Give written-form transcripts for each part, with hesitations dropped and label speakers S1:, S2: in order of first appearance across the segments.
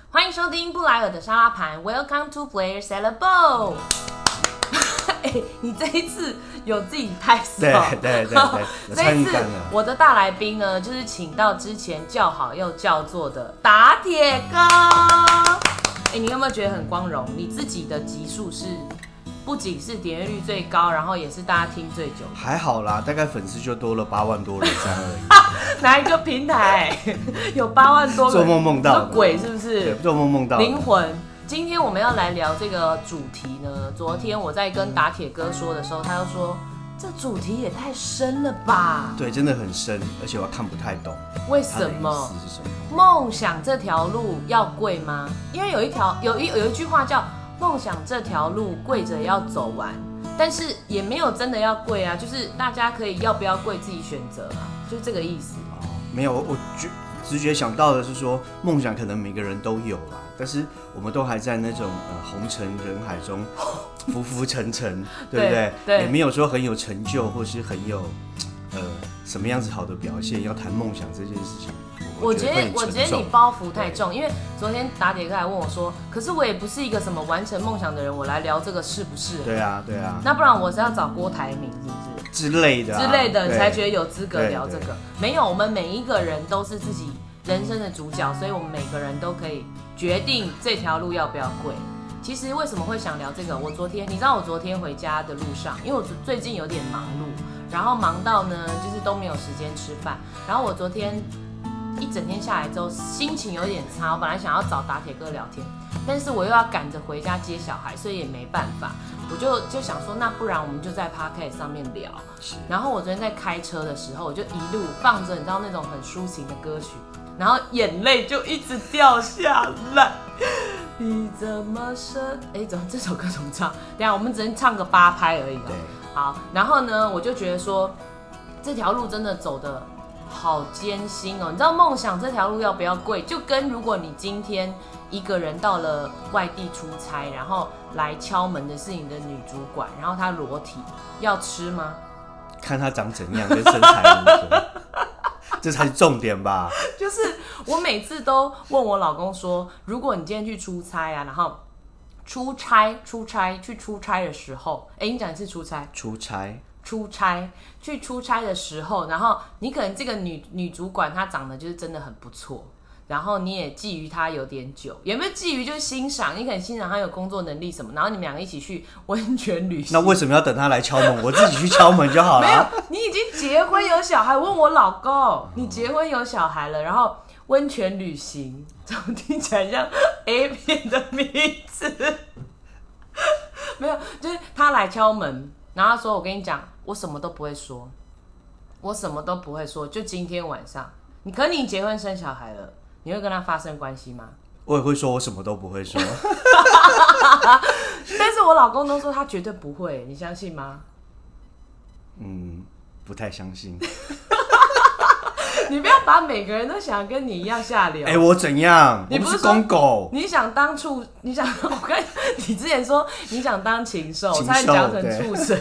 S1: 欢迎收听布莱尔的沙拉盘 ，Welcome to Player Salad。你这一次有自己拍手，
S2: 对，
S1: 这一次我的大来宾呢，就是请到之前叫好又叫座的打铁哥。你有没有觉得很光荣？你自己的集数是不仅是点阅率最高，然后也是大家听最久的。
S2: 还好啦，大概粉丝就多了8万多人这样而已。
S1: 哪一个平台有8万多个？
S2: 做梦梦到
S1: 鬼是不是？
S2: 对，做梦梦到
S1: 灵魂。今天我们要来聊这个主题呢。昨天我在跟打铁哥说的时候，他就说这主题也太深了吧？
S2: 对，真的很深，而且我看不太懂。
S1: 为什么？
S2: 它的意思是什么？
S1: 梦想这条路要贵吗？因为有一句话叫梦想这条路跪着要走完，但是也没有真的要跪啊，就是大家可以要不要跪自己选择啊，就是这个意思。
S2: 没有，我直觉想到的是说，梦想可能每个人都有啦，但是我们都还在那种红尘人海中浮浮沉沉，对不对？
S1: 对，
S2: 也没有说很有成就，或是很有什么样子好的表现。要谈梦想这件事情，我觉得
S1: 你包袱太重，因为昨天打铁哥还问我说，可是我也不是一个什么完成梦想的人，我来聊这个适不适合？
S2: 对啊，
S1: 那不然我是要找郭台铭是不是？
S2: 之类的，
S1: 你才觉得有资格聊这个。没有，我们每一个人都是自己人生的主角，所以我们每个人都可以决定这条路要不要跪。其实为什么会想聊这个？你知道我昨天回家的路上，因为我最近有点忙碌，然后忙到呢就是都没有时间吃饭，然后我昨天一整天下来之后心情有点差，我本来想要找打铁哥聊天，但是我又要赶着回家接小孩，所以也没办法。我就想说，那不然我们就在 Podcast 上面聊。然后我昨天在开车的时候，我就一路放着你知道那种很抒情的歌曲，然后眼泪就一直掉下来。你怎么舍？这首歌怎么唱？等一下我们只能唱个8拍而已。
S2: 对，
S1: 好，然后呢，我就觉得说这条路真的走得好艰辛哦。你知道梦想这条路要不要贵？就跟如果你今天一个人到了外地出差，然后来敲门的是你的女主管，然后她裸体，要吃吗？
S2: 看她长怎样，跟身材如何，这才是重点吧。
S1: 就是我每次都问我老公说，如果你今天去出差啊，然后出差的时候，你讲的是出差去出差的时候，然后你可能这个女主管她长得就是真的很不错，然后你也觊觎她有点久，有没有觊觎就是欣赏，你可能欣赏她有工作能力什么，然后你们两个一起去温泉旅行。
S2: 那为什么要等她来敲门？我自己去敲门就好了。
S1: 没有，你已经结婚有小孩，问我老公，你结婚有小孩了，然后温泉旅行，怎么听起来像 A 片的名字？没有，就是他来敲门，然后他说：“我跟你讲，我什么都不会说，就今天晚上。可你结婚生小孩了，你会跟他发生关系吗？”
S2: 我也会说，我什么都不会说。
S1: 但是我老公都说他绝对不会，你相信吗？
S2: 不太相信。
S1: 你不要把每个人都想跟你一样下流。
S2: 我怎样？我不是公狗。
S1: 你想当我看你之前说你想当禽兽，差点讲成畜生。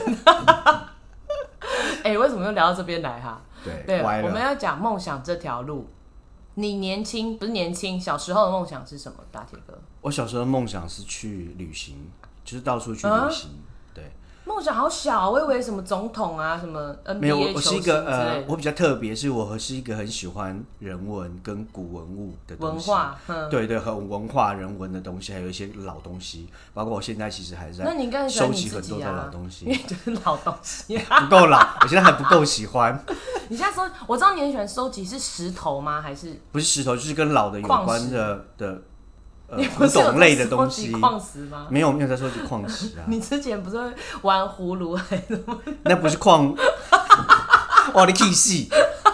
S1: 为什么又聊到这边来哈？
S2: 对，
S1: 我们要讲梦想这条路。你小时候的梦想是什么？大铁哥，
S2: 我小时候的梦想是去旅行，就是到处去旅行。对，
S1: 梦想好小，我以为什么总统啊，什么 NBA
S2: 没有，我是一个
S1: 之类的
S2: 我比较特别，是我是一个很喜欢人文跟古文物的东西，
S1: 文化，
S2: 对，很文化人文的东西，还有一些老东西，包括我现在其实还在收集很多的老东西，
S1: 因为就是老东西，
S2: 不够老，我现在还不够喜欢。
S1: 你现在说，我知道你很喜欢收集，是石头吗？还是
S2: 不是石头，就是跟老的有关的
S1: 古
S2: 董类的东西。
S1: 矿石吗？
S2: 没有在收集矿石啊。
S1: 你之前不是会玩葫芦还是什么？
S2: 那不是矿，哇，你气死！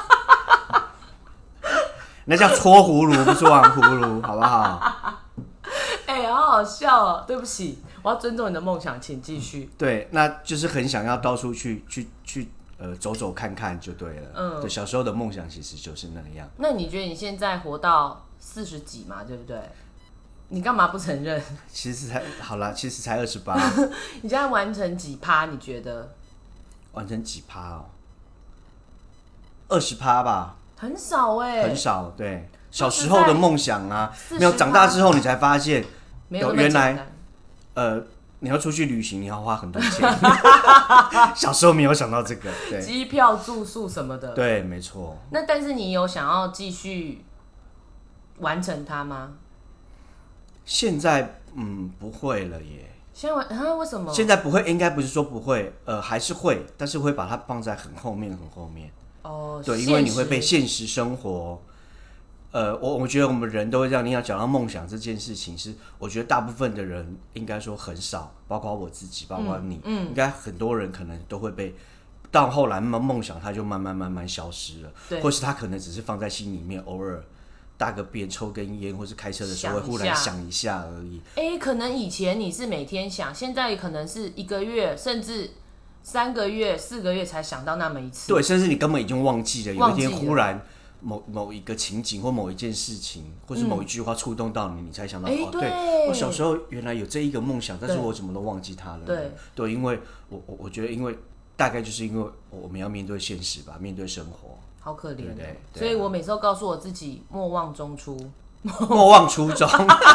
S2: 那叫搓葫芦，不是玩葫芦，好不好？
S1: 好好笑哦！对不起，我要尊重你的梦想，请继续。
S2: 对，那就是很想要到处去走走看看就对了。对，小时候的梦想其实就是那样。
S1: 那你觉得你现在活到40几嘛，对不对？你干嘛不承认？
S2: 其实才28。
S1: 你现在完成几趴？你觉得？
S2: 完成几趴哦？20%吧。
S1: 很少很
S2: 少，对。 小时候的梦想啊，没有长大之后你才发现，原来你要出去旅行，你要花很多钱。小时候没有想到这个，对，
S1: 机票、住宿什么的，
S2: 对，没错。
S1: 那但是你有想要继续完成它吗？
S2: 现在不会了耶。
S1: 现在为什么？
S2: 现在不会，应该不是说不会，还是会，但是会把它放在很后面，很后面。
S1: 哦，
S2: 对，因为你会被现实生活。我觉得我们人都会这样。你要讲到梦想这件事情，是我觉得大部分的人应该说很少，包括我自己，包括你，应该很多人可能都会被到后来梦想它就慢慢消失了，或是他可能只是放在心里面，偶尔大个便、抽根烟，或是开车的时候会忽然想一下而已。
S1: 可能以前你是每天想，现在可能是1个月，甚至3个月、4个月才想到那么一次。
S2: 对，甚至你根本已经忘记了。有一天忽然某一个情景或某一件事情，或是某一句话触动到你，你才想到对，我小时候原来有这一个梦想，但是我怎么都忘记它了。对，因为我觉得，因为大概就是因为我们要面对现实吧，面对生活。
S1: 好可怜，对，所以我每次都告诉我自己莫忘中初，
S2: 莫忘初衷。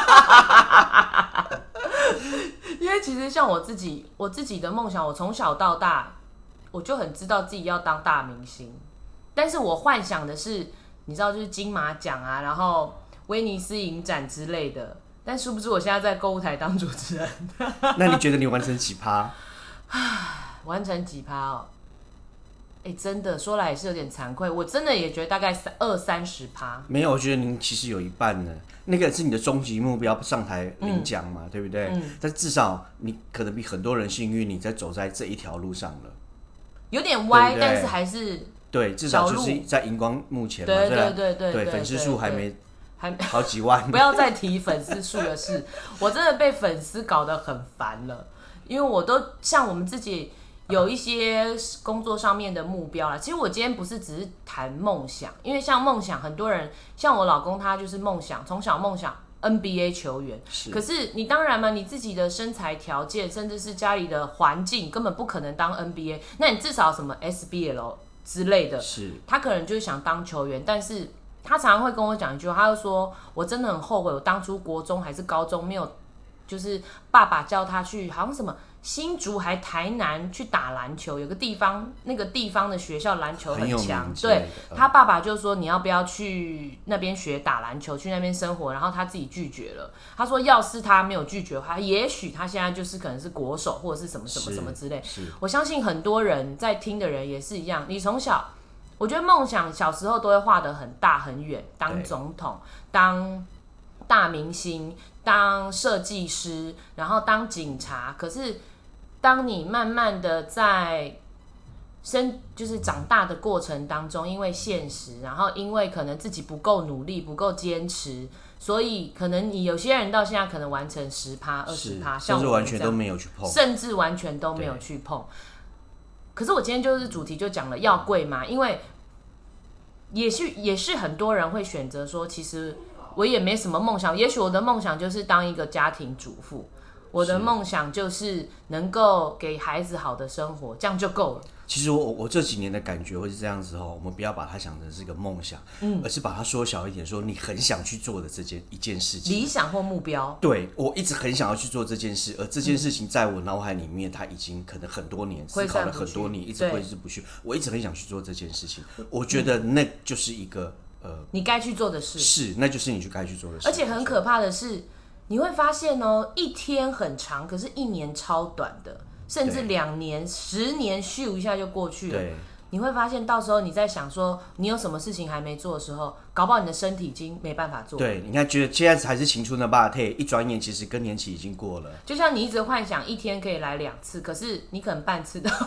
S1: 因为其实像我自己的梦想，我从小到大我就很知道自己要当大明星，但是我幻想的是，你知道，就是金马奖啊，然后威尼斯影展之类的，但殊不知我现在在购物台当主持人。
S2: 那你觉得你完成几趴？
S1: 完成几趴哦？真的说来也是有点惭愧，我真的也觉得大概20-30%。
S2: 没有，我觉得您其实有一半呢。那个是你的终极目标，上台领奖嘛，对不对？但至少你可能比很多人幸运，你在走在这一条路上了。
S1: 有点歪，但是还是
S2: 对，至少就是在荧光幕前嘛。对，粉丝数还好几万。
S1: 不要再提粉丝数的事，我真的被粉丝搞得很烦了，因为我都像我们自己。有一些工作上面的目标啦，其实我今天不是只是谈梦想，因为像梦想，很多人像我老公他就是梦想，从小梦想 NBA 球员，可是你当然嘛，你自己的身材条件，甚至是家里的环境，根本不可能当 NBA， 那你至少什么 SBL 之类的，他可能就是想当球员，但是他常常会跟我讲一句话，他就说我真的很后悔，我当初国中还是高中没有，就是爸爸叫他去，好像什么。新竹还台南去打篮球，有个地方，那个地方的学校篮球很强，对，他爸爸就说你要不要去那边学打篮球，去那边生活，然后他自己拒绝了。他说要是他没有拒绝的话，也许他现在就是可能是国手或者是什么什么什么之类。我相信很多人在听的人也是一样，你从小，我觉得梦想小时候都会画得很大很远，当总统，当大明星，当设计师，然后当警察，可是当你慢慢的在就是长大的过程当中，因为现实，然后因为可能自己不够努力、不够坚持，所以可能你有些人到现在可能完成10%、20%，
S2: 甚至完全都没有去碰，
S1: 甚至完全都没有去碰。可是我今天就是主题就讲了要贵嘛，因为也是很多人会选择说，其实我也没什么梦想，也许我的梦想就是当一个家庭主妇。我的梦想就是能够给孩子好的生活，这样就够了。
S2: 其实我这几年的感觉会是这样子我们不要把它想成是个梦想，而是把它缩小一点，说你很想去做的一件事情，
S1: 理想或目标。
S2: 对，我一直很想要去做这件事，而这件事情在我脑海里面，它已经可能很多年思考了很多年，一直挥之不去。我一直很想去做这件事情，我觉得那就是一个
S1: 你该去做的事，
S2: 那就是你该去做的事。
S1: 而且很可怕的是。你会发现一天很长，可是1年超短的，甚至2年、10年，咻一下就过去了。你会发现，到时候你在想说你有什么事情还没做的时候，搞不好你的身体已经没办法做。
S2: 对，你看，觉得现在还是青春的吧？一转眼，其实更年期已经过了。
S1: 就像你一直幻想1天可以来2次，可是你可能半次都。他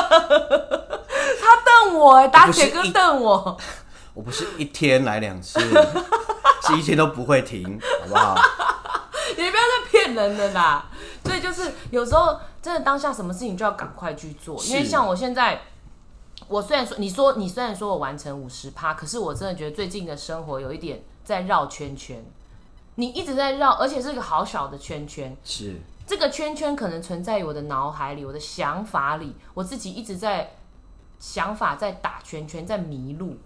S1: 瞪我打铁哥瞪我。
S2: 我不是1天来2次，是1天都不会停，好不好？
S1: 你不要再骗人了啦！所以就是有时候真的当下什么事情就要赶快去做，因为像我现在，我虽然说你虽然说我完成50%，可是我真的觉得最近的生活有一点在绕圈圈，你一直在绕，而且是一个好小的圈圈。
S2: 是
S1: 这个圈圈可能存在于我的脑海里，我的想法里，我自己一直在想法在打圈圈，在迷路。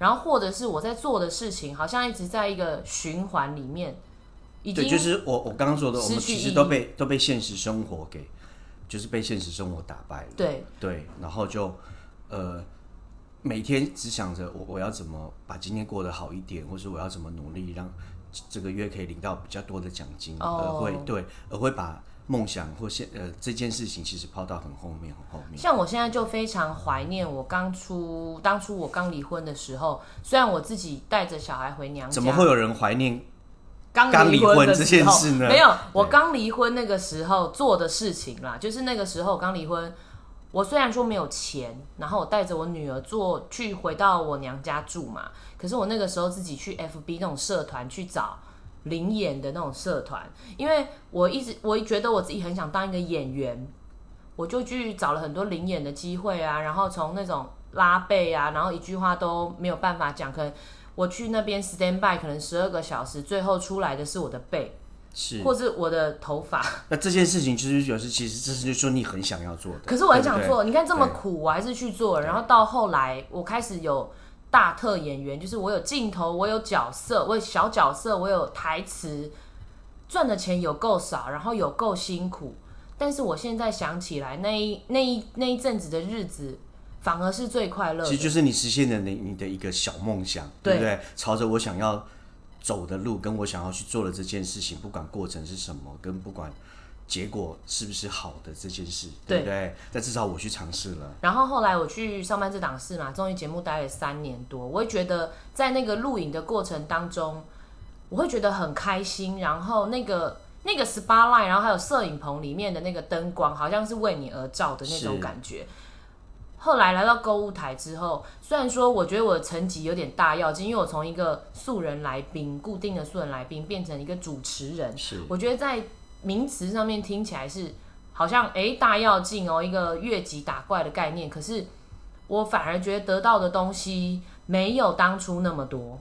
S1: 然后或者是我在做的事情好像一直在一个循环里面，已经
S2: 对，就是我刚刚说的，我们其实都被现实生活给，就是被现实生活打败了。对，然后就每天只想着我要怎么把今天过得好一点，或是我要怎么努力让这个月可以领到比较多的奖金，而会把梦想或这件事情其实抛到很后面。
S1: 像我现在就非常怀念我当初我刚离婚的时候，虽然我自己带着小孩回娘家，
S2: 怎么会有人怀念
S1: 刚离婚
S2: 这件事呢？
S1: 没有，我刚离婚那个时候做的事情啦，就是那个时候刚离婚，我虽然说没有钱，然后我带着我女儿回到我娘家住嘛，可是我那个时候自己去 FB 那种社团去找临演的那种社团，因为我觉得我自己很想当一个演员，我就去找了很多临演的机会啊，然后从那种拉背啊，然后一句话都没有办法讲，可能我去那边 stand by 可能12个小时，最后出来的是我的背，或是我的头发。
S2: 那这件事情其实这是就说你很想要做的，
S1: 可是我很想做，你看这么苦，我还是去做了。然后到后来，我开始有大特演员，就是我有镜头，我有角色，我有小角色，我有台词，赚的钱有够少，然后有够辛苦。但是我现在想起来，那一阵子的日子，反而是最快乐的。
S2: 其实就是你实现了你的一个小梦想，对不对？朝着我想要走的路，跟我想要去做的这件事情，不管过程是什么，跟不管结果是不是好的这件事，对不对？但至少我去尝试了。
S1: 然后后来我去上班这档事嘛，综艺节目待了3年多，我会觉得在那个录影的过程当中，我会觉得很开心。然后那个 spotlight， 然后还有摄影棚里面的那个灯光，好像是为你而照的那种感觉。后来来到购物台之后，虽然说我觉得我的层级有点大跃进，因为我从一个素人来宾，固定的素人来宾，变成一个主持人，我觉得在名词上面听起来是好像大跃进哦，一个越级打怪的概念。可是我反而觉得得到的东西没有当初那么多。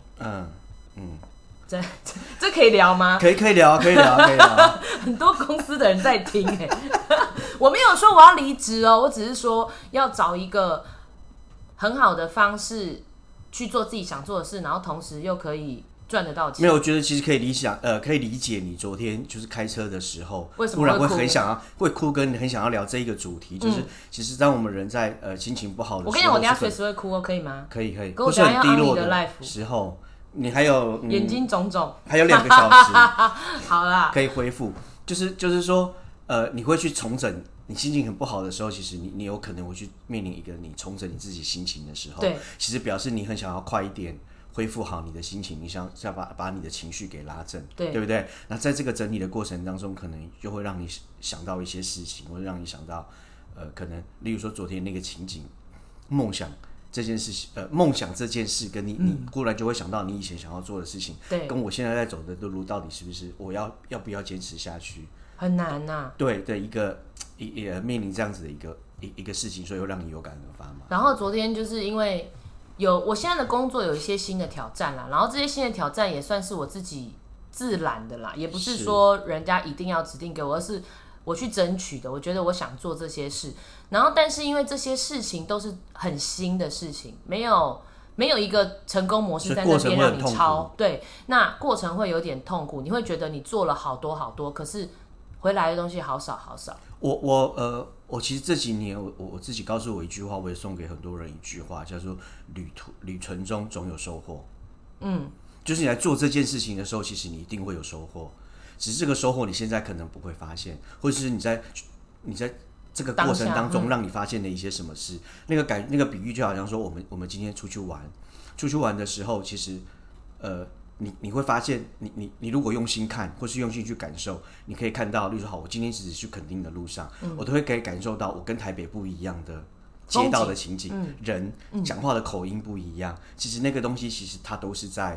S1: 这可以聊吗？
S2: 可以聊。
S1: 很多公司的人在听我没有说我要离职哦，我只是说要找一个很好的方式去做自己想做的事，然后同时又可以赚得到钱。
S2: 没有，我觉得其实可以理解你昨天就是开车的时候，
S1: 为什么会哭？
S2: 会很想要会哭，跟很想要聊这一个主题，就是其实当我们人在心情不好的时候，
S1: 我跟你讲，我等一下随时会哭哦，可以吗？
S2: 可以，
S1: 跟我讲要
S2: 很低落
S1: 的
S2: 时候。你还有
S1: 眼睛肿肿，
S2: 还有2个小时，
S1: 好啦，
S2: 可以恢复。就是说，你会去重整。你心情很不好的时候，其实你有可能会去面临一个你重整你自己心情的时候，
S1: 对，
S2: 其实表示你很想要快一点恢复好你的心情，你想要把你的情绪给拉正，对不对？那在这个整理的过程当中，可能就会让你想到一些事情，或者让你想到，可能例如说昨天那个情景，梦想。这件事情，梦想这件事，跟你忽然就会想到你以前想要做的事情，跟我现在在走的路，到底是不是我要不要坚持下去？
S1: 很难呐。
S2: 对的，面临这样子的一个事情，所以会让你有感而发嘛。
S1: 然后昨天就是因为我现在的工作有一些新的挑战啦，然后这些新的挑战也算是我自己自然的啦，也不是说人家一定要指定给我，而是我去争取的。我觉得我想做这些事，然后但是因为这些事情都是很新的事情，没有一个成功模式在那边让你抄，对，那过程会有点痛苦，你会觉得你做了好多好多，可是回来的东西好少好少。
S2: 我其实这几年我自己告诉我一句话，我也送给很多人一句话，叫做旅程中总有收获。就是你来做这件事情的时候，其实你一定会有收获。只是这个收获你现在可能不会发现，或者是你在这个过程当中让你发现的一些什么事。那个比喻就好像说，我们今天出去玩的时候，其实你会发现，你如果用心看，或是用心去感受，你可以看到，例如说，好，我今天只是去垦丁的路上，我都会可以感受到我跟台北不一样的街道的情景，人讲话的口音不一样。其实那个东西，其实它都是在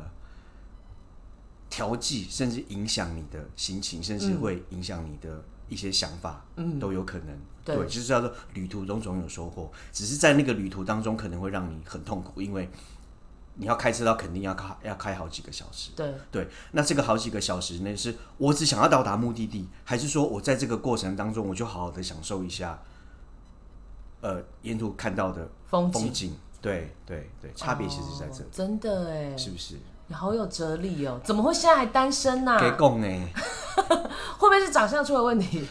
S2: 调剂，甚至影响你的心情，甚至会影响你的一些想法，都有可能。对，就是叫做旅途中总有收获。只是在那个旅途当中，可能会让你很痛苦，因为你要开车到垦丁要开好几个小时。对，那这个好几个小时呢，是我只想要到达目的地，还是说我在这个过程当中，我就好好的享受一下，沿途看到的风景。 对，差别其实在这里，
S1: 真的哎，
S2: 是不是？
S1: 你好有哲理哦，怎么会现在还单身啊？
S2: 给讲呢？
S1: 会不会是长相出了问题？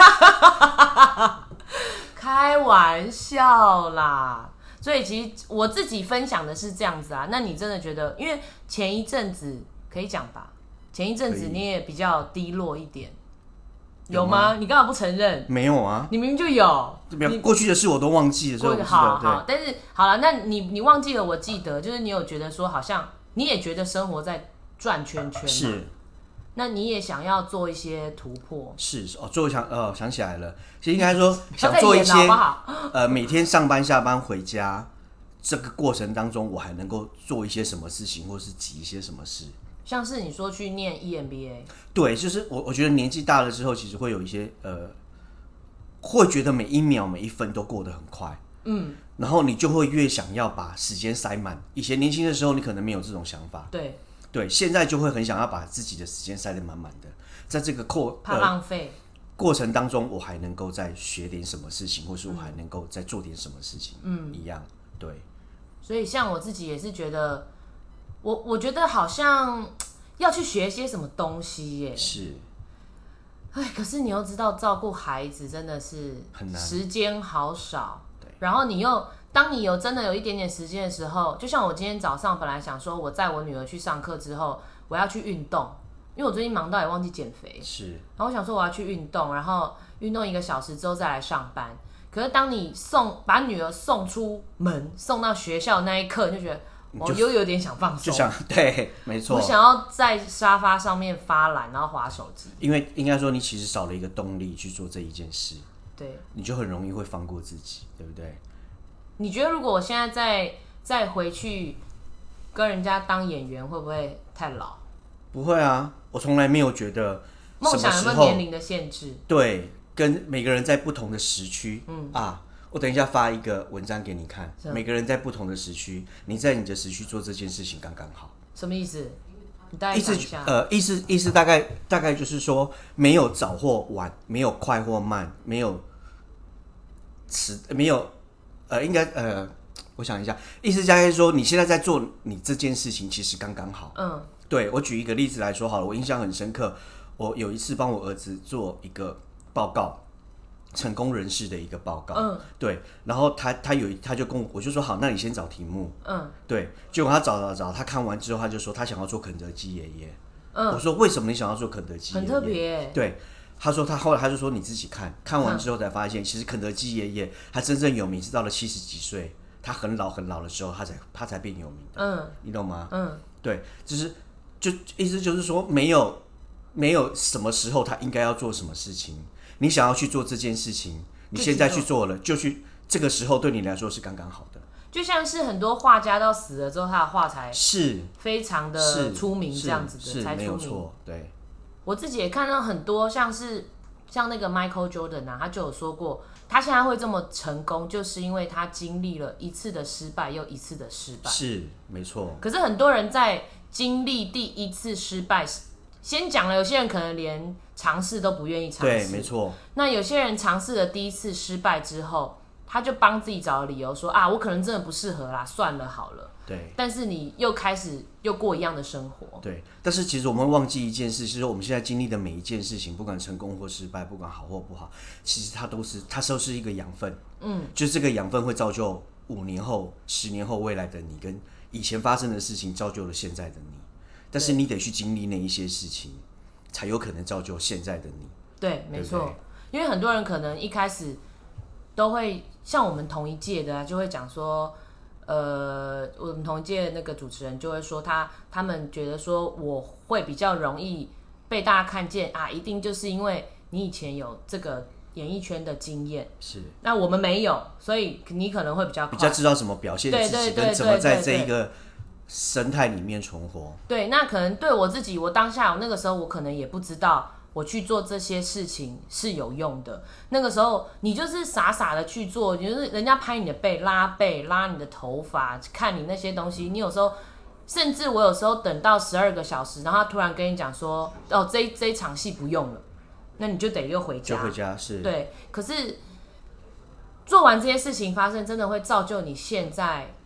S1: 开玩笑啦。所以其实我自己分享的是这样子啊。那你真的觉得，因为前一阵子可以讲吧？前一阵子你也比较低落一点，有吗？你干嘛不承认？
S2: 没有啊，
S1: 你明明就有。
S2: 过去的事我都忘记了，所以我不知道。
S1: 好，但是好了，那你忘记了，我记得就是你有觉得说，好像你也觉得生活在转圈圈，
S2: 是。
S1: 那你也想要做一些突破，
S2: 是哦，想起来了，其实应该说想做一些每天上班下班回家这个过程当中，我还能够做一些什么事情，或是挤一些什么事。
S1: 像是你说去念 EMBA，
S2: 对，就是我觉得年纪大了之后，其实会有一些会觉得每一秒每一分都过得很快，然后你就会越想要把时间塞满。以前年轻的时候，你可能没有这种想法，对，现在就会很想要把自己的时间塞得满满的，在这个
S1: 怕浪费
S2: 过程当中，我还能够再学点什么事情，或是我还能够再做点什么事情，一样，对。
S1: 所以像我自己也是觉得，我觉得好像要去学些什么东西耶，
S2: 是。
S1: 哎，可是你又知道照顾孩子真的是
S2: 很难，
S1: 时间好少，对。然后当你真的有一点点时间的时候，就像我今天早上本来想说，我载我女儿去上课之后，我要去运动，因为我最近忙到也忘记减肥，
S2: 是。
S1: 然后我想说我要去运动，然后运动1个小时之后再来上班。可是当你把女儿送出门，送到学校那一刻，你就觉得我又有点想放松，
S2: 就想对，没错，
S1: 我想要在沙发上面发懒，然后滑手机。
S2: 因为应该说你其实少了一个动力去做这一件事，
S1: 对，
S2: 你就很容易会放过自己，对不对？
S1: 你觉得如果我现在再回去跟人家当演员，会不会太老？
S2: 不会啊，我从来没有觉得
S1: 梦想有没有年龄的限制。
S2: 对，跟每个人在不同的时区，我等一下发一个文章给你看，每个人在不同的时区，你在你的时区做这件事情刚刚好。
S1: 什么意思？你大概讲一下。
S2: 意思大概就是说，没有早或晚，没有快或慢，没有迟，没有应该我想一下，意思大概是说，你现在在做你这件事情，其实刚刚好。对，我举一个例子来说好了，我印象很深刻。我有一次帮我儿子做一个报告，成功人士的一个报告。对，然后他就跟我就说好，那你先找题目。对，结果他找，他看完之后他就说他想要做肯德基爷爷。我说为什么你想要做肯德基爷爷？
S1: 很特别。
S2: 对，后来他就说你自己看完之后才发现，其实肯德基爷爷他真正有名是到了70几岁，他很老的时候他才变有名的。你懂吗？对，就意思就是说没有什么时候他应该要做什么事情，你想要去做这件事情，你现在去做了，就去这个时候对你来说是刚刚好的。
S1: 就像是很多画家到死了之后，他的画才
S2: 是
S1: 非常的出名，这样子的才出名。
S2: 没有错，对。
S1: 我自己也看到很多，像那个 Michael Jordan 啊，他就有说过，他现在会这么成功，就是因为他经历了一次的失败又一次的失败。
S2: 是，没错。
S1: 可是很多人在经历第一次失败，先讲了，有些人可能连尝试都不愿意尝试。
S2: 对，没错。
S1: 那有些人尝试了第一次失败之后，他就帮自己找了理由说啊，我可能真的不适合啦，算了好了。
S2: 对。
S1: 但是你又开始过一样的生活。
S2: 对。但是其实我们忘记一件事，就是我们现在经历的每一件事情，不管成功或失败，不管好或不好，其实它都是一个养分。就是这个养分会造就5年后、10年后未来的你，跟以前发生的事情造就了现在的你。但是你得去经历那一些事情，才有可能造就现在的你。
S1: 对，没错。因为很多人可能一开始都会像我们同一届的就会讲说，我们同一届的那个主持人就会说他们觉得说我会比较容易被大家看见啊，一定就是因为你以前有这个演艺圈的经验，
S2: 是。
S1: 那我们没有，所以你可能会比较
S2: 知道怎么表现自己，跟怎么在这一个生态里面存活。
S1: 对，那可能对我自己，我当下那个时候我可能也不知道我去做这些事情是有用的。那个时候你就是傻傻的去做，就是人家拍你的背、拉你的头发，看你那些东西。你有时候甚至我有时候等到12个小时，然后他突然跟你讲说，哦，这一场戏不用了，那你就得又回家。
S2: 就回家是。
S1: 对，可是做完这些事情发生，真的会造就你现在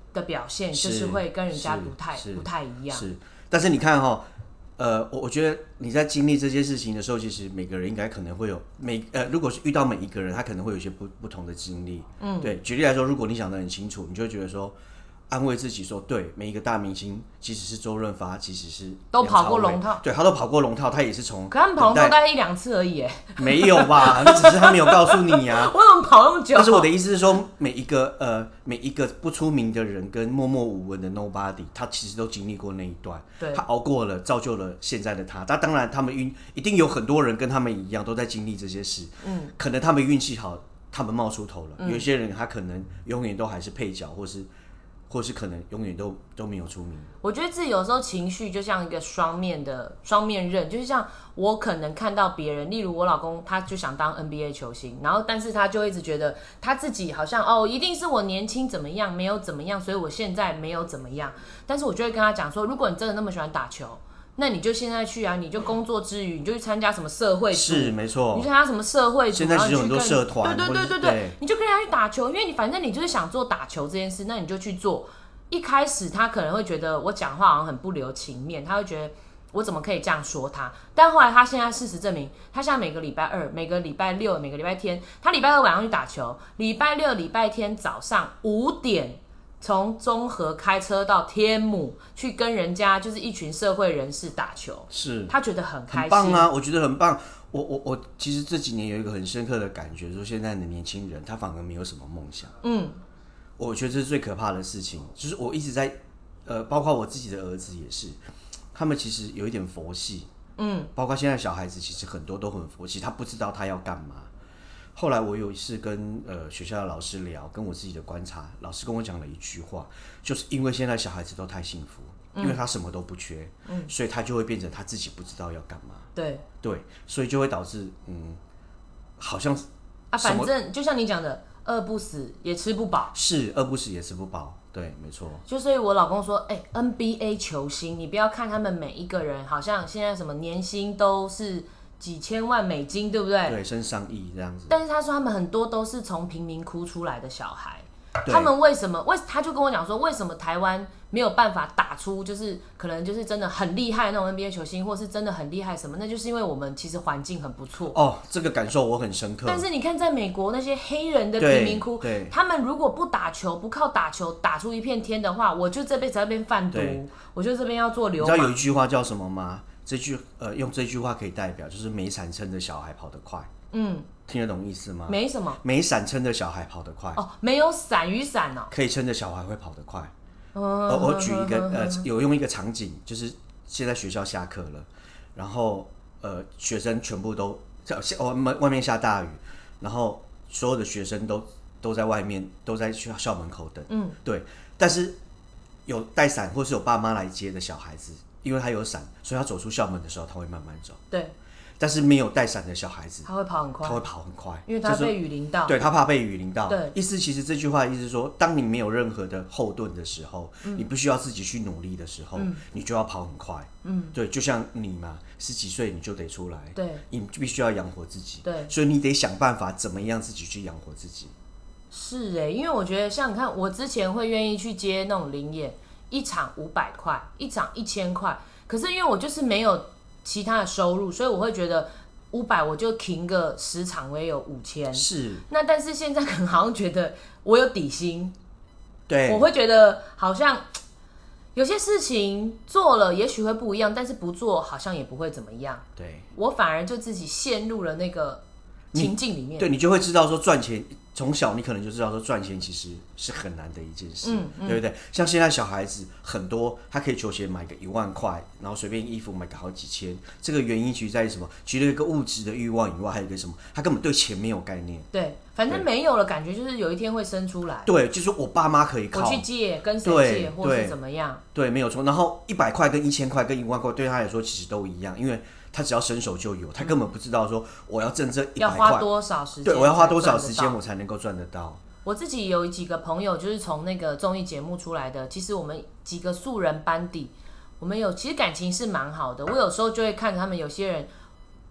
S1: 的表现，就是会跟人家不太一样。
S2: 是，但是你看哈，我觉得你在经历这些事情的时候，其实每个人应该可能会有如果是遇到每一个人，他可能会有一些不同的经历。对，举例来说，如果你想得很清楚，你就会觉得说，安慰自己说，对，每一个大明星，即使是周润发，即使是
S1: 都跑过龙套，
S2: 对，他都跑过龙套，他也是从，
S1: 可他们跑龙套大概1-2次而已，耶，
S2: 没有吧？那只是他没有告诉你啊。
S1: 我怎么跑那么久？
S2: 但是我的意思是说，每一个不出名的人跟默默无闻的 nobody， 他其实都经历过那一段，他熬过了，造就了现在的他。但当然，他们一定有很多人跟他们一样，都在经历这些事。可能他们运气好，他们冒出头了。有一些人他可能永远都还是配角，或是可能永远都没有出名。
S1: 我觉得自己有时候情绪就像一个双面刃，就是像我可能看到别人，例如我老公，他就想当 NBA 球星，然后但是他就一直觉得他自己好像一定是我年轻怎么样，没有怎么样，所以我现在没有怎么样。但是我就会跟他讲说，如果你真的那么喜欢打球，那你就现在去啊！你就工作之余，你就去参加什么社会组，
S2: 是没错。
S1: 你去参加什么社会组，
S2: 现在其实有很多社团，
S1: 对，你就跟人家去打球，因为反正你就是想做打球这件事，那你就去做。一开始他可能会觉得我讲话好像很不留情面，他会觉得我怎么可以这样说他？但后来他现在事实证明，他现在每个礼拜二、每个礼拜六、每个礼拜天，他礼拜二晚上去打球，礼拜六、礼拜天早上5点。从中和开车到天母去跟人家就是一群社会人士打球，
S2: 是
S1: 他觉得很开心，
S2: 很棒啊！我觉得很棒。我其实这几年有一个很深刻的感觉，说现在的年轻人他反而没有什么梦想。我觉得这是最可怕的事情。就是我一直在包括我自己的儿子也是，他们其实有一点佛系。包括现在小孩子其实很多都很佛系，他不知道他要干嘛。后来我有一次跟学校的老师聊，跟我自己的观察，老师跟我讲了一句话，就是因为现在小孩子都太幸福，因为他什么都不缺，所以他就会变成他自己不知道要干嘛。对，所以就会导致好像
S1: 反正就像你讲的，饿不死也吃不饱，
S2: 是饿不死也吃不饱，对，没错。
S1: 就所以我老公说，NBA 球星，你不要看他们每一个人，好像现在什么年薪都是几千万美金，对不对？
S2: 对，升上亿这样子。
S1: 但是他说他们很多都是从贫民窟出来的小孩，他们为什么？他就跟我讲说，为什么台湾没有办法打出，就是可能就是真的很厉害那种 NBA 球星，或是真的很厉害什么？那就是因为我们其实环境很不错。
S2: 这个感受我很深刻。
S1: 但是你看，在美国那些黑人的贫民窟，他们如果不打球，不靠打球打出一片天的话，我就这辈子要变贩毒，我就这边要做流氓。
S2: 你知道有一句话叫什么吗？用这句话可以代表，就是没伞撑的小孩跑得快。听得懂意思吗？
S1: 没什么，
S2: 没伞撑的小孩跑得快。
S1: 没有伞雨伞哦，
S2: 可以撑的小孩会跑得快。我举一个有用一个场景，就是现在学校下课了，然后学生全部都外面下大雨，然后所有的学生都在外面，都在校门口等。对，但是有带伞或是有爸妈来接的小孩子，因为他有伞，所以他走出校门的时候他会慢慢走。对。但是没有带伞的小孩子，他会跑很快，
S1: 因为他被雨淋到。
S2: 对，他怕被雨淋到。对，其实这句话的意思是说，当你没有任何的后盾的时候，你不需要自己去努力的时候，你就要跑很快。对，就像你嘛，10几岁你就得出来，对，你必须要养活自己，对，所以你得想办法怎么样自己去养活自己。
S1: 是因为我觉得像你看，我之前会愿意去接那种零演，一场500块，一场1000块，可是因为我就是没有其他的收入，所以我会觉得500我就停个10场，我也有5000。是。那但是现在可能好像觉得我有底薪，对，我会觉得好像有些事情做了也许会不一样，但是不做好像也不会怎么样。对，我反而就自己陷入了那个情境里面。
S2: 对，你就会知道说赚钱。从小你可能就知道说赚钱其实是很难的一件事，对不对？像现在小孩子很多，他可以球鞋买个1万块，然后随便衣服买个好几千。这个原因其实在于什么？除了一个物质的欲望以外，还有一个什么？他根本对钱没有概念。
S1: 对，反正没有了，感觉就是有一天会生出来。
S2: 对，就是我爸妈可以靠
S1: 我去借，跟谁借，或是怎么样？
S2: 对，没有错。然后100块跟1000块跟1万块对他来说其实都一样，因为他只要伸手就有，他根本不知道说我要挣这100块
S1: 要花多少时间，
S2: 对，我要花多少时间我才能够赚得到。
S1: 我自己有几个朋友就是从那个综艺节目出来的，其实我们几个素人班底，我们其实感情是蛮好的。我有时候就会看着他们有些人，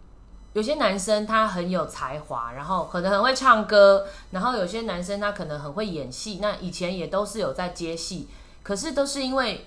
S1: 有些男生他很有才华，然后可能很会唱歌，然后有些男生他可能很会演戏，那以前也都是有在接戏，可是都是因为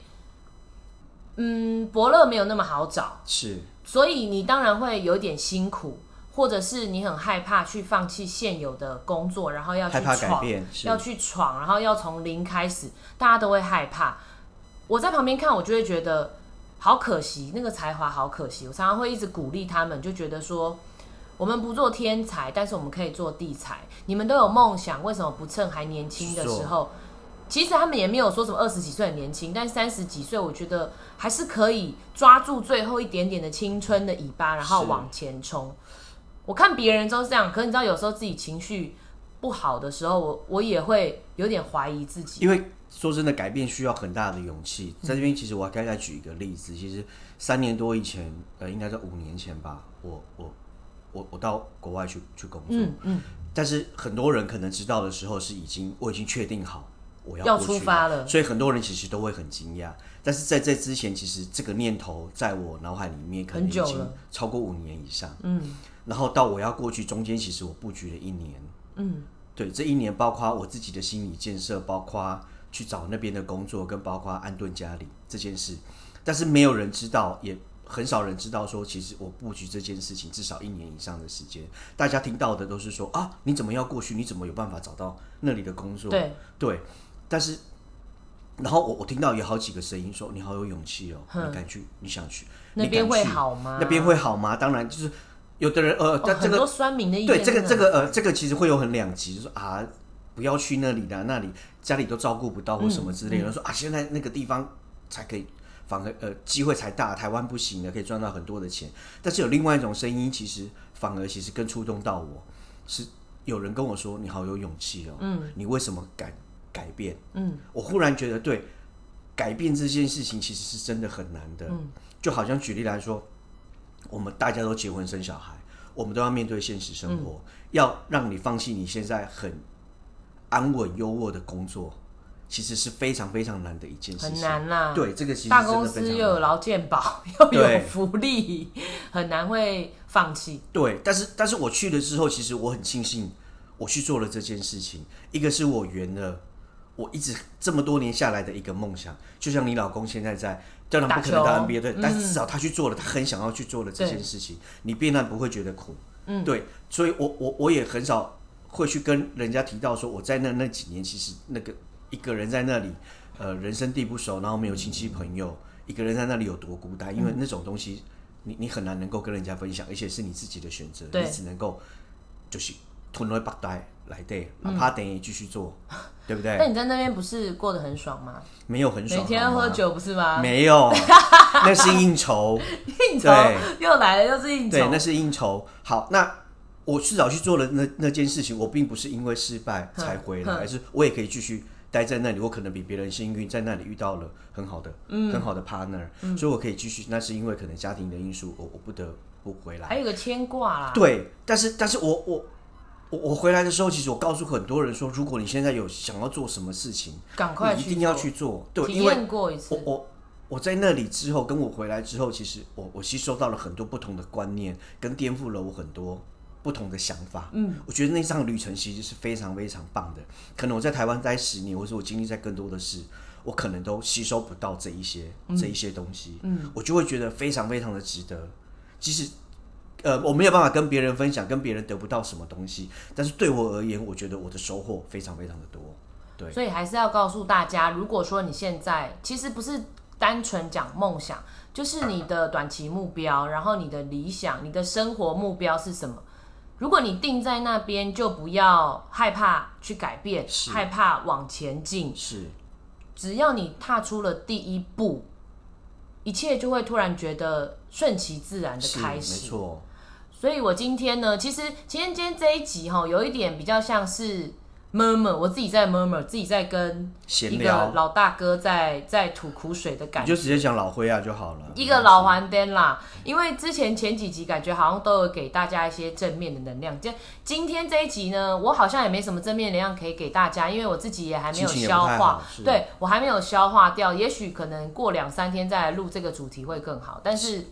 S1: 伯乐没有那么好找，
S2: 是，
S1: 所以你当然会有点辛苦，或者是你很害怕去放弃现有的工作，然后要去
S2: 害怕改
S1: 闯，
S2: 变，
S1: 要去闯，然后要从零开始，大家都会害怕。我在旁边看，我就会觉得好可惜，那个才华好可惜。我常常会一直鼓励他们，就觉得说，我们不做天才，但是我们可以做地才。你们都有梦想，为什么不趁还年轻的时候？其实他们也没有说什么20几岁很年轻，但30几岁，我觉得还是可以抓住最后一点点的青春的尾巴，然后往前冲。我看别人都是这样，可是你知道，有时候自己情绪不好的时候，我也会有点怀疑自己。
S2: 因为说真的，改变需要很大的勇气。在这边，其实我该再举一个例子。其实3年多以前，应该在5年前吧，我到国外去工作。但是很多人可能知道的时候，我已经确定好我要过去
S1: 出发了，
S2: 所以很多人其实都会很惊讶。但是在这之前，其实这个念头在我脑海里面可能已经超过5年以上。然后到我要过去中间，其实我布局了1年。对，这1年包括我自己的心理建设，包括去找那边的工作，跟包括安顿家里这件事。但是没有人知道，也很少人知道说，其实我布局这件事情至少1年以上的时间。大家听到的都是说啊，你怎么要过去？你怎么有办法找到那里的工作？对，但是。然后我听到有好几个声音说：“你好有勇气哦，你敢去，你想去，
S1: 那边会好吗？
S2: 那边会好吗？当然，就是有的人但这个
S1: 很多酸民的意见。
S2: 对，这个其实会有很两极，就是啊，不要去那里的，那里家里都照顾不到或什么之类的。说啊，现在那个地方才可以，反而机会才大，台湾不行的，可以赚到很多的钱。但是有另外一种声音，其实反而更触动到我，是有人跟我说：你好有勇气哦，你为什么敢？”改变，我忽然觉得，对，改变这件事情其实是真的很难的。就好像举例来说，我们大家都结婚生小孩，我们都要面对现实生活，要让你放弃你现在很安稳优渥的工作，其实是非常非常难的一件事情，
S1: 很难啦。
S2: 对，这个其实
S1: 大公司又有劳健保，又有福利，很难会放弃。
S2: 对，但是我去了之后，其实我很庆幸我去做了这件事情。一个是我圆了。我一直这么多年下来的一个梦想，就像你老公现在当然不可能到 NBA 队，但是至少他去做了，他很想要去做了这件事情，你必然不会觉得苦。对，所以我也很少会去跟人家提到说，我在那几年其实那个一个人在那里，人生地不熟，然后没有亲戚朋友，一个人在那里有多孤单，因为那种东西你很难能够跟人家分享，而且是你自己的选择，你只能够就是吞落白带。来对，哪怕等于继续做，对不对？
S1: 那你在那边不是过得很爽吗？
S2: 没有很爽，
S1: 每天喝酒不是吗？
S2: 没有，那是应酬。
S1: 应酬又来了，又是应酬。
S2: 对，那是应酬。好，那我至少去做了那件事情，我并不是因为失败才回来，而是我也可以继续待在那里。我可能比别人幸运，在那里遇到了很好的 partner，所以我可以继续。那是因为可能家庭的因素，我不得不回来。
S1: 还有个牵挂啦。
S2: 对，但是我回来的时候，其实我告诉很多人说，如果你现在有想要做什么事情，
S1: 赶快
S2: 一定要去做。对，
S1: 体验过一次。
S2: 我在那里之后，跟我回来之后，其实我吸收到了很多不同的观念，跟颠覆了我很多不同的想法。我觉得那趟旅程其实是非常非常棒的。可能我在台湾待10年，或者我经历在更多的事，我可能都吸收不到这一些东西。我就会觉得非常非常的值得。即使我没有办法跟别人分享，跟别人得不到什么东西，但是对我而言，我觉得我的收获非常非常的多。对，
S1: 所以还是要告诉大家，如果说你现在其实不是单纯讲梦想，就是你的短期目标，然后你的理想，你的生活目标是什么？如果你定在那边，就不要害怕去改变，害怕往前进。
S2: 是，
S1: 只要你踏出了第一步，一切就会突然觉得顺其自然的开始。
S2: 没错。
S1: 所以我今天呢，其实今天这一集有一点比较像是 murmur， 我自己在 murmur， 自己在跟一个老大哥在吐苦水的感觉。
S2: 你就直接讲老灰啊就好了。
S1: 一个老还颠啦，因为之前前几集感觉好像都有给大家一些正面的能量，今天这一集呢，我好像也没什么正面能量可以给大家，因为我自己也还没有消化，对，我还没有消化掉，也许可能过2-3天再来录这个主题会更好，但是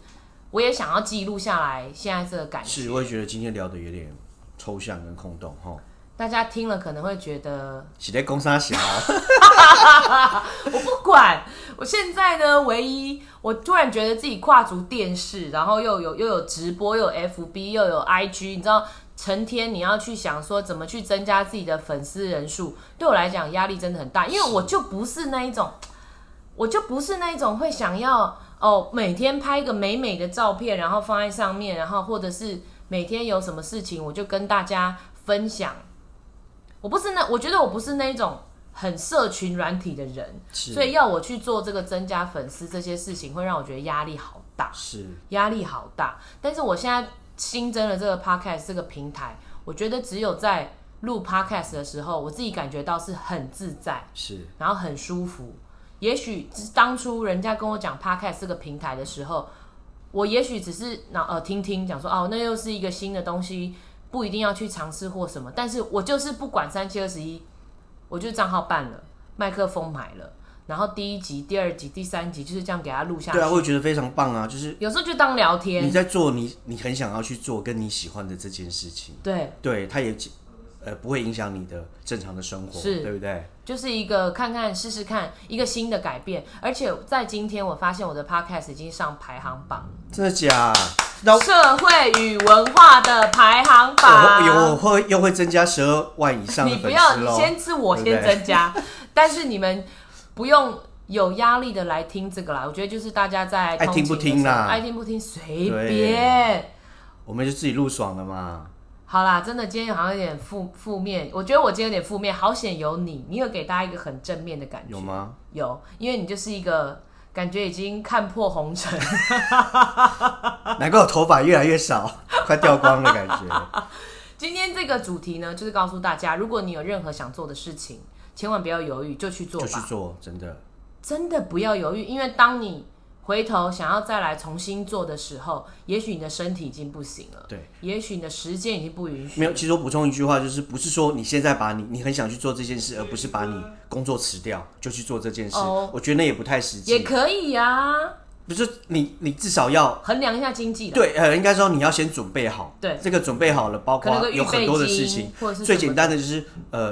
S1: 我也想要记录下来现在这个感觉。
S2: 是，我也觉得今天聊的有点抽象跟空洞齁。
S1: 大家听了可能会觉得
S2: 是在攻杀小，
S1: 我不管。我现在呢，唯一我突然觉得自己跨足电视，然后又有直播，又有 FB， 又有 IG， 你知道，成天你要去想说怎么去增加自己的粉丝人数，对我来讲压力真的很大，因为我就不是那一种会想要每天拍一个美美的照片，然后放在上面，然后或者是每天有什么事情我就跟大家分享。我觉得我不是那种很社群软体的人，所以要我去做这个增加粉丝这些事情，会让我觉得压力好大，压力好大。但是我现在新增了这个 podcast 这个平台，我觉得只有在录 podcast 的时候，我自己感觉到是很自在，然后很舒服。也许当初人家跟我讲 podcast 这个平台的时候，我也许只是听听讲说那又是一个新的东西，不一定要去尝试或什么，但是我就是不管3721，我就账号办了，麦克风买了，然后第1集、第2集、第3集就是这样给他录下去。
S2: 对啊，我也觉得非常棒啊，就是
S1: 有时候就当聊天，
S2: 你在做你很想要去做跟你喜欢的这件事情，对，它也不会影响你的正常的生活，对不对？
S1: 就是一个看看试试看一个新的改变，而且在今天我发现我的 podcast 已经上排行榜，
S2: 真的假？
S1: 社会与文化的排行榜，
S2: 又会增加12万以上的粉丝。
S1: 你不要，你先是我先增加，但是你们不用有压力的来听这个啦。我觉得就是大家在
S2: 爱听不听啦，
S1: 爱听不听随便，
S2: 我们就自己录爽了嘛。
S1: 好啦，真的今天好像有点负面，我觉得我今天有点负面，好险有你，你有给大家一个很正面的感觉。
S2: 有吗？
S1: 有，因为你就是一个感觉已经看破红尘，
S2: 难怪我头发越来越少，快掉光的感觉。
S1: 今天这个主题呢，就是告诉大家，如果你有任何想做的事情，千万不要犹豫，就去做吧，
S2: 就去做，真的
S1: 不要犹豫，因为当你回头想要再来重新做的时候，也许你的身体已经不行了，
S2: 对，
S1: 也许你的时间已经不允许。
S2: 没有，其实我补充一句话，就是不是说你现在把你很想去做这件事，而不是把你工作辞掉就去做这件事，我觉得那也不太实际。
S1: 也可以啊，
S2: 不是你至少要
S1: 衡量一下经济，
S2: 对，应该说你要先准备好，
S1: 对，
S2: 这个准备好了，包括有很多的事情，最简单的就是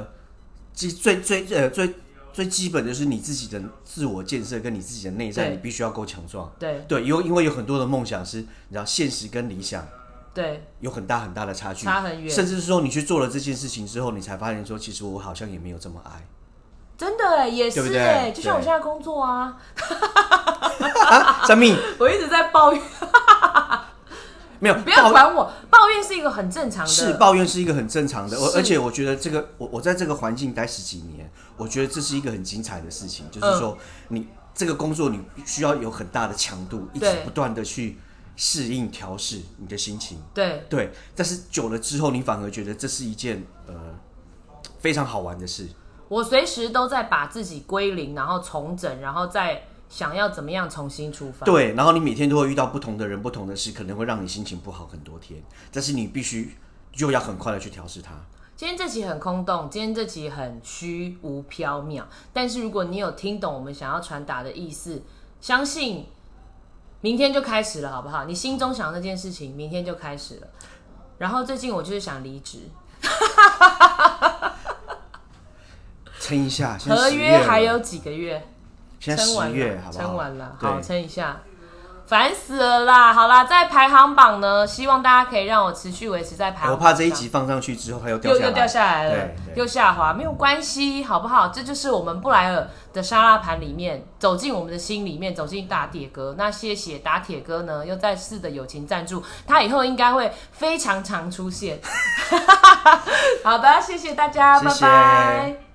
S2: 最基本的就是你自己的自我建设跟你自己的内在，你必须要够强壮。对，因为有很多的梦想是，你知道现实跟理想有很大很大的差距，
S1: 差很远。甚
S2: 至是说你去做了这件事情之后，你才发现说，其实我好像也没有这么爱。
S1: 真的也是哎，就像我现在工作啊，
S2: 什么？
S1: 我一直在抱怨。
S2: 没有，
S1: 不要管我。抱怨是一个很正常的，
S2: 是抱怨是一个很正常的，而且我觉得这个我在这个环境待10几年，我觉得这是一个很精彩的事情，就是说你这个工作你需要有很大的强度，一直不断的去适应调试你的心情，对，但是久了之后，你反而觉得这是一件非常好玩的事。
S1: 我随时都在把自己归零，然后重整，然后再想要怎么样重新出发。
S2: 对，然后你每天都会遇到不同的人、不同的事，可能会让你心情不好很多天，但是你必须就要很快的去调试它。
S1: 今天这集很空洞，今天这集很虚无缥缈，但是如果你有听懂我们想要传达的意思，相信明天就开始了，好不好？你心中想的那件事情，明天就开始了。然后最近我就是想离职。
S2: 撑一下，
S1: 合约还有几个月？
S2: 现在10月，好不好？
S1: 撑完了，好，撑一下。烦死了啦！好啦，在排行榜呢，希望大家可以让我持续维持在排行榜上。
S2: 我怕这一集放上去之后，它又掉下来
S1: 了，又下滑，没有关系，好不好？这就是我们布莱尔的沙拉盘里面走进我们的心里面，走进打铁哥。那谢谢打铁哥呢，又再次的友情赞助，他以后应该会非常常出现。好的，谢谢大家，拜拜。